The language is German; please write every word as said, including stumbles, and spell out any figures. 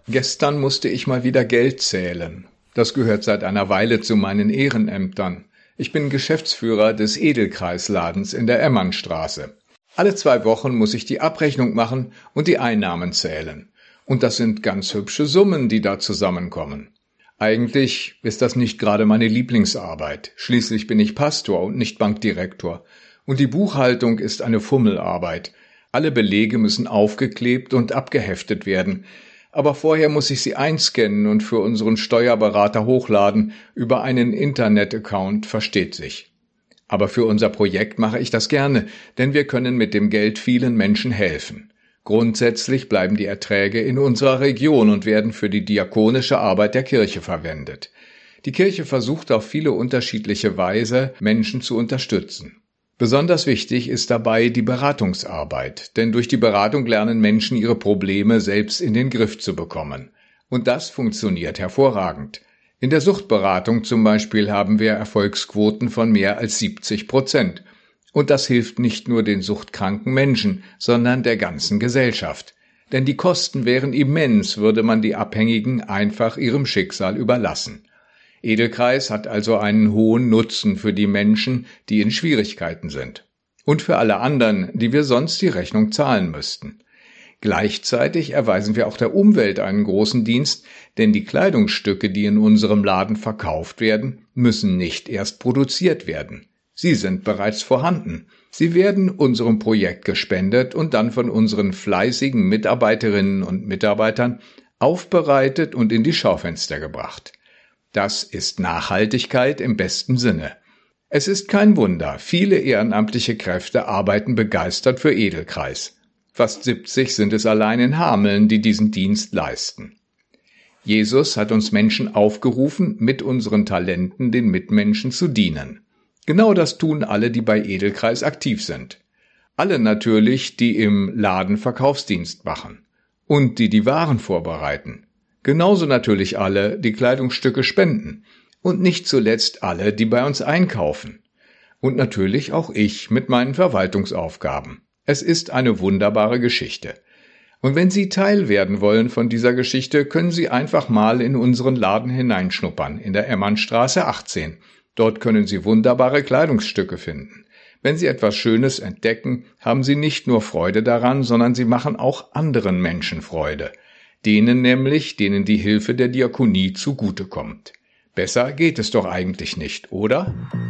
Gestern musste ich mal wieder Geld zählen. Das gehört seit einer Weile zu meinen Ehrenämtern. Ich bin Geschäftsführer des Edelkreisladens in der Emmernstraße. Alle zwei Wochen muss ich die Abrechnung machen und die Einnahmen zählen. Und das sind ganz hübsche Summen, die da zusammenkommen. Eigentlich ist das nicht gerade meine Lieblingsarbeit. Schließlich bin ich Pastor und nicht Bankdirektor. Und die Buchhaltung ist eine Fummelarbeit. Alle Belege müssen aufgeklebt und abgeheftet werden. Aber vorher muss ich sie einscannen und für unseren Steuerberater hochladen über einen Internet-Account, versteht sich. Aber für unser Projekt mache ich das gerne, denn wir können mit dem Geld vielen Menschen helfen. Grundsätzlich bleiben die Erträge in unserer Region und werden für die diakonische Arbeit der Kirche verwendet. Die Kirche versucht auf viele unterschiedliche Weise, Menschen zu unterstützen. Besonders wichtig ist dabei die Beratungsarbeit, denn durch die Beratung lernen Menschen ihre Probleme selbst in den Griff zu bekommen. Und das funktioniert hervorragend. In der Suchtberatung zum Beispiel haben wir Erfolgsquoten von mehr als siebzig Prozent. Und das hilft nicht nur den suchtkranken Menschen, sondern der ganzen Gesellschaft. Denn die Kosten wären immens, würde man die Abhängigen einfach ihrem Schicksal überlassen. Edelkreis hat also einen hohen Nutzen für die Menschen, die in Schwierigkeiten sind. Und für alle anderen, die wir sonst die Rechnung zahlen müssten. Gleichzeitig erweisen wir auch der Umwelt einen großen Dienst, denn die Kleidungsstücke, die in unserem Laden verkauft werden, müssen nicht erst produziert werden. Sie sind bereits vorhanden. Sie werden unserem Projekt gespendet und dann von unseren fleißigen Mitarbeiterinnen und Mitarbeitern aufbereitet und in die Schaufenster gebracht. Das ist Nachhaltigkeit im besten Sinne. Es ist kein Wunder, viele ehrenamtliche Kräfte arbeiten begeistert für Edelkreis. Fast siebzig sind es allein in Hameln, die diesen Dienst leisten. Jesus hat uns Menschen aufgerufen, mit unseren Talenten den Mitmenschen zu dienen. Genau das tun alle, die bei Edelkreis aktiv sind. Alle natürlich, die im Laden Verkaufsdienst machen und die die Waren vorbereiten. Genauso natürlich alle, die Kleidungsstücke spenden. Und nicht zuletzt alle, die bei uns einkaufen. Und natürlich auch ich mit meinen Verwaltungsaufgaben. Es ist eine wunderbare Geschichte. Und wenn Sie Teil werden wollen von dieser Geschichte, können Sie einfach mal in unseren Laden hineinschnuppern, in der Emmernstraße achtzehn. Dort können Sie wunderbare Kleidungsstücke finden. Wenn Sie etwas Schönes entdecken, haben Sie nicht nur Freude daran, sondern Sie machen auch anderen Menschen Freude. Denen nämlich, denen die Hilfe der Diakonie zugutekommt. Besser geht es doch eigentlich nicht, oder?